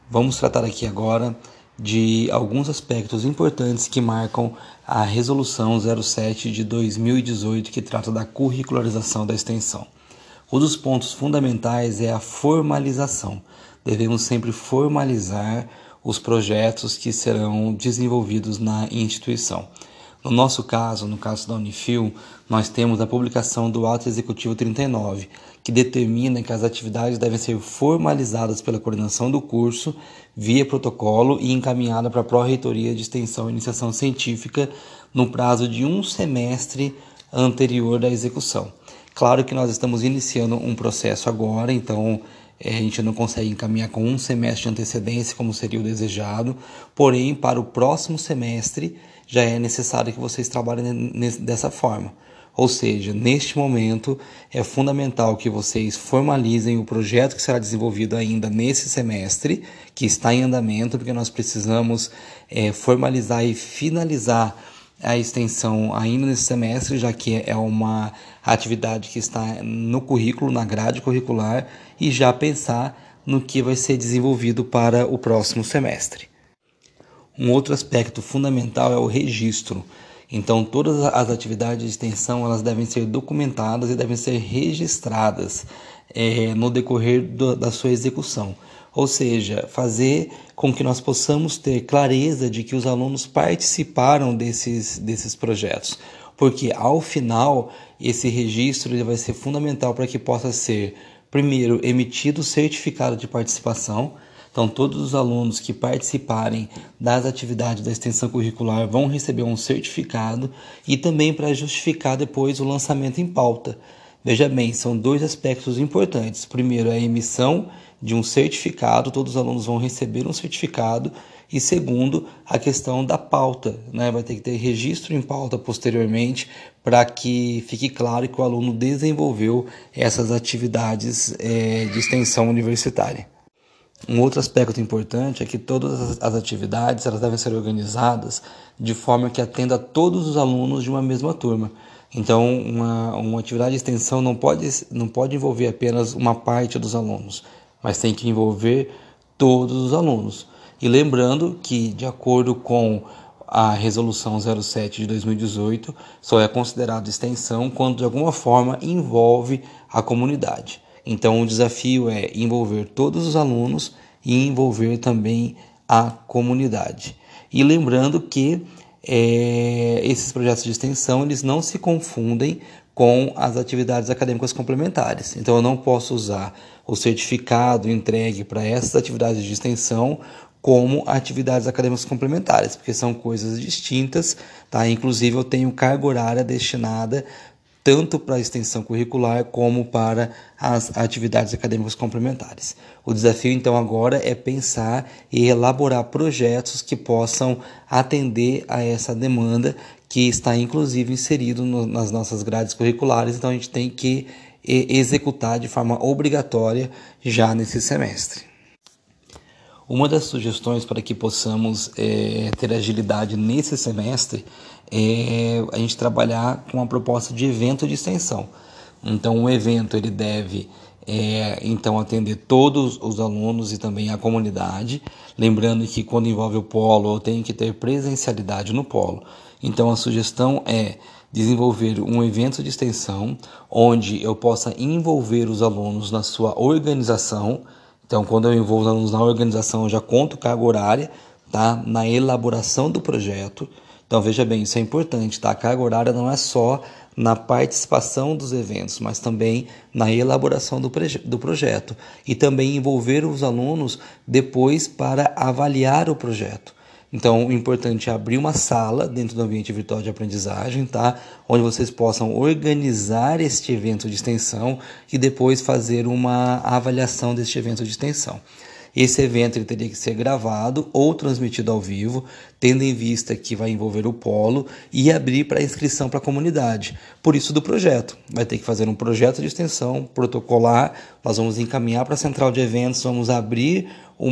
Vamos tratar aqui agora de alguns aspectos importantes que marcam a Resolução 07 de 2018, que trata da curricularização da extensão. Um dos pontos fundamentais é a formalização. Devemos sempre formalizar os projetos que serão desenvolvidos na instituição. No nosso caso, no caso da Unifil, nós temos a publicação do Ato Executivo 39, que determina que as atividades devem ser formalizadas pela coordenação do curso via protocolo e encaminhada para a Pró-Reitoria de Extensão e Iniciação Científica no prazo de um semestre anterior da execução. Claro que nós estamos iniciando um processo agora, então a gente não consegue encaminhar com um semestre de antecedência, como seria o desejado, porém, para o próximo semestre, já é necessário que vocês trabalhem dessa forma. Ou seja, neste momento, é fundamental que vocês formalizem o projeto que será desenvolvido ainda nesse semestre, que está em andamento, porque nós precisamos formalizar e finalizar a extensão ainda nesse semestre, já que é uma atividade que está no currículo, na grade curricular, e já pensar no que vai ser desenvolvido para o próximo semestre. Um outro aspecto fundamental é o registro. Então, todas as atividades de extensão elas devem ser documentadas e devem ser registradas no decorrer da sua execução. Ou seja, fazer com que nós possamos ter clareza de que os alunos participaram desses projetos. Porque, ao final, esse registro ele vai ser fundamental para que possa ser, primeiro, emitido o certificado de participação. Então, todos os alunos que participarem das atividades da extensão curricular vão receber um certificado e também para justificar depois o lançamento em pauta. Veja bem, são dois aspectos importantes. Primeiro, a emissão de um certificado, todos os alunos vão receber um certificado. E segundo, a questão da pauta, né? Vai ter que ter registro em pauta posteriormente para que fique claro que o aluno desenvolveu essas atividades de extensão universitária. Um outro aspecto importante é que todas as atividades elas devem ser organizadas de forma que atenda a todos os alunos de uma mesma turma. Então, uma atividade de extensão não pode envolver apenas uma parte dos alunos, mas tem que envolver todos os alunos. E lembrando que, de acordo com a Resolução 07 de 2018, só é considerado extensão quando de alguma forma envolve a comunidade. Então, o desafio é envolver todos os alunos e envolver também a comunidade. E lembrando que esses projetos de extensão eles não se confundem com as atividades acadêmicas complementares. Então, eu não posso usar o certificado entregue para essas atividades de extensão como atividades acadêmicas complementares, porque são coisas distintas, tá? Inclusive, eu tenho carga horária destinada tanto para a extensão curricular como para as atividades acadêmicas complementares. O desafio, então, agora é pensar e elaborar projetos que possam atender a essa demanda que está, inclusive, inserido nas nossas grades curriculares, então a gente tem que executar de forma obrigatória já nesse semestre. Uma das sugestões para que possamos ter agilidade nesse semestre é a gente trabalhar com uma proposta de evento de extensão. Então, o evento ele deve então atender todos os alunos e também a comunidade. Lembrando que quando envolve o polo, eu tenho que ter presencialidade no polo. Então, a sugestão é desenvolver um evento de extensão onde eu possa envolver os alunos na sua organização. Então, quando eu envolvo os alunos na organização, eu já conto carga horária, tá? Na elaboração do projeto. Então, veja bem, isso é importante, tá? A carga horária não é só na participação dos eventos, mas também na elaboração do projeto. E também envolver os alunos depois para avaliar o projeto. Então, o importante é abrir uma sala dentro do ambiente virtual de aprendizagem, tá? Onde vocês possam organizar este evento de extensão e depois fazer uma avaliação deste evento de extensão. Esse evento ele teria que ser gravado ou transmitido ao vivo, tendo em vista que vai envolver o polo e abrir para inscrição para a comunidade. Por isso do projeto. Vai ter que fazer um projeto de extensão, protocolar, nós vamos encaminhar para a central de eventos, vamos abrir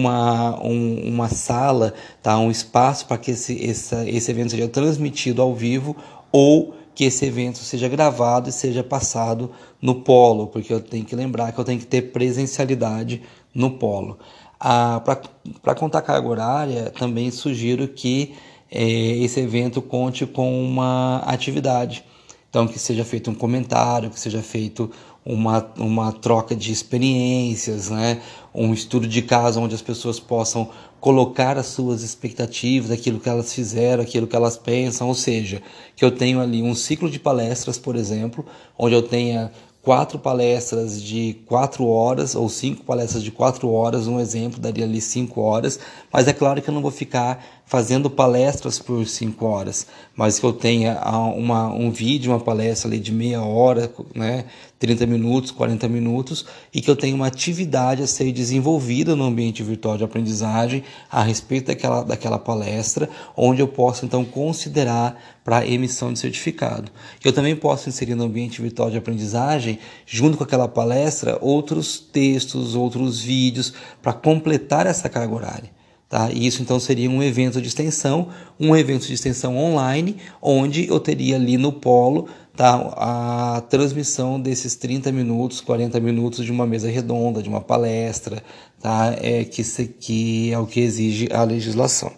uma sala, tá? Um espaço para que esse evento seja transmitido ao vivo ou que esse evento seja gravado e seja passado no polo, porque eu tenho que lembrar que eu tenho que ter presencialidade no polo. Para contar carga horária, também sugiro que esse evento conte com uma atividade. Então, que seja feito um comentário, que seja feito uma troca de experiências, né? Um estudo de caso onde as pessoas possam colocar as suas expectativas, aquilo que elas fizeram, aquilo que elas pensam, ou seja, que eu tenho ali um ciclo de palestras, por exemplo, onde eu tenha 4 palestras de 4 horas ou 5 palestras de 4 horas, um exemplo, daria ali 5 horas, mas é claro que eu não vou ficar fazendo palestras por 5 horas, mas que eu tenha um vídeo, uma palestra ali de meia hora, né, 30 minutos, 40 minutos, e que eu tenha uma atividade a ser desenvolvida no ambiente virtual de aprendizagem a respeito daquela palestra, onde eu posso então considerar para emissão de certificado. Eu também posso inserir no ambiente virtual de aprendizagem, junto com aquela palestra, outros textos, outros vídeos, para completar essa carga horária. Tá? E isso então seria um evento de extensão online, onde eu teria ali no polo, tá, a transmissão desses 30 minutos, 40 minutos de uma mesa redonda, de uma palestra, tá? Que é o que exige a legislação.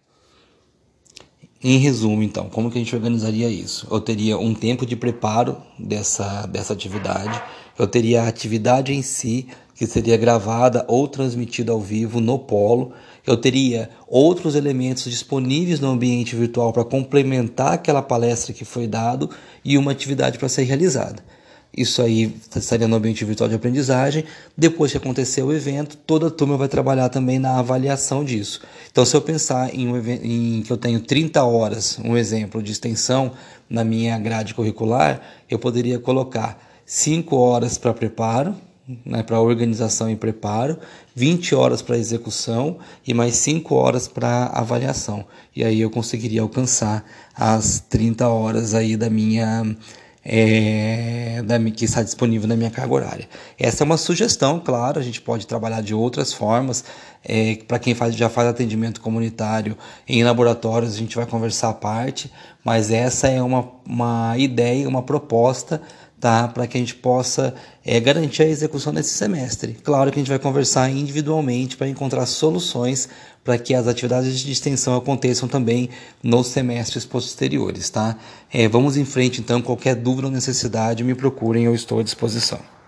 Em resumo, então, como que a gente organizaria isso? Eu teria um tempo de preparo dessa atividade, eu teria a atividade em si, que seria gravada ou transmitida ao vivo no polo, eu teria outros elementos disponíveis no ambiente virtual para complementar aquela palestra que foi dado e uma atividade para ser realizada. Isso aí estaria no ambiente virtual de aprendizagem. Depois que acontecer o evento, toda a turma vai trabalhar também na avaliação disso. Então, se eu pensar em que eu tenho 30 horas, um exemplo de extensão na minha grade curricular, eu poderia colocar 5 horas para preparo, né, para organização e preparo, 20 horas para execução e mais 5 horas para avaliação. E aí eu conseguiria alcançar as 30 horas aí que está disponível na minha carga horária. Essa é uma sugestão, claro, a gente pode trabalhar de outras formas. Para quem já faz atendimento comunitário em laboratórios, a gente vai conversar à parte, mas essa é uma ideia, uma proposta, tá, para que a gente possa garantir a execução desse semestre. Claro que a gente vai conversar individualmente para encontrar soluções para que as atividades de extensão aconteçam também nos semestres posteriores, tá? Vamos em frente, então. Qualquer dúvida ou necessidade, me procurem, eu estou à disposição.